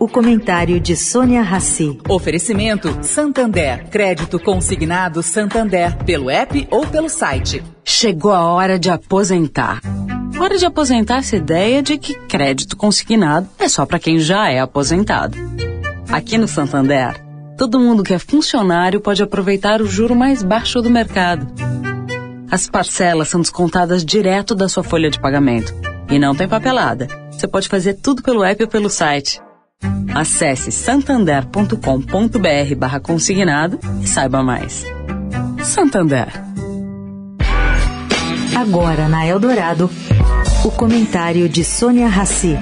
O comentário de Sônia Rassi. Oferecimento Santander. Crédito consignado Santander. Pelo app ou pelo site. Chegou a hora de aposentar. Hora de aposentar essa ideia de que crédito consignado é só para quem já é aposentado. Aqui no Santander, todo mundo que é funcionário pode aproveitar o juro mais baixo do mercado. As parcelas são descontadas direto da sua folha de pagamento. E não tem papelada. Você pode fazer tudo pelo app ou pelo site. Acesse santander.com.br/consignado e saiba mais. Santander. Agora na Eldorado, o comentário de Sônia Rassi.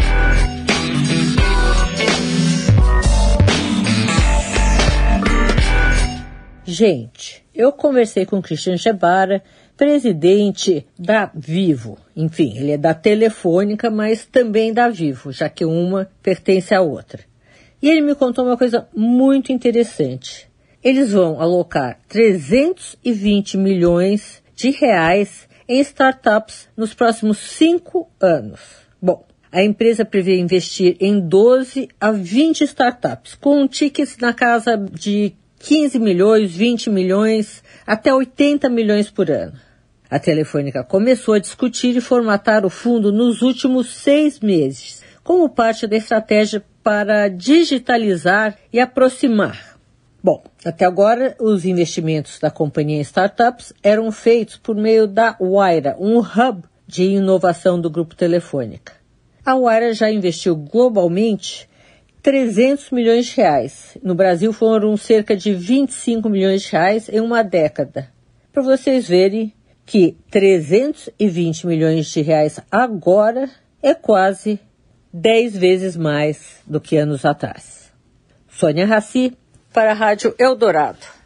Gente, eu conversei com o Christian Gebara, presidente da Vivo. Enfim, ele é da Telefônica, mas também da Vivo, já que uma pertence à outra. E ele me contou uma coisa muito interessante. Eles vão alocar 320 milhões de reais em startups nos próximos 5 anos. Bom, a empresa prevê investir em 12 a 20 startups, com tickets na casa de 15 milhões, 20 milhões, até 80 milhões por ano. A Telefônica começou a discutir e formatar o fundo nos últimos 6 meses, como parte da estratégia para digitalizar e aproximar. Bom, até agora os investimentos da companhia em startups eram feitos por meio da Wayra, um hub de inovação do Grupo Telefônica. A Wayra já investiu globalmente 300 milhões de reais. No Brasil foram cerca de 25 milhões de reais em uma década. Para vocês verem que 320 milhões de reais agora é quase 10 vezes mais do que anos atrás. Sônia Rassi, para a Rádio Eldorado.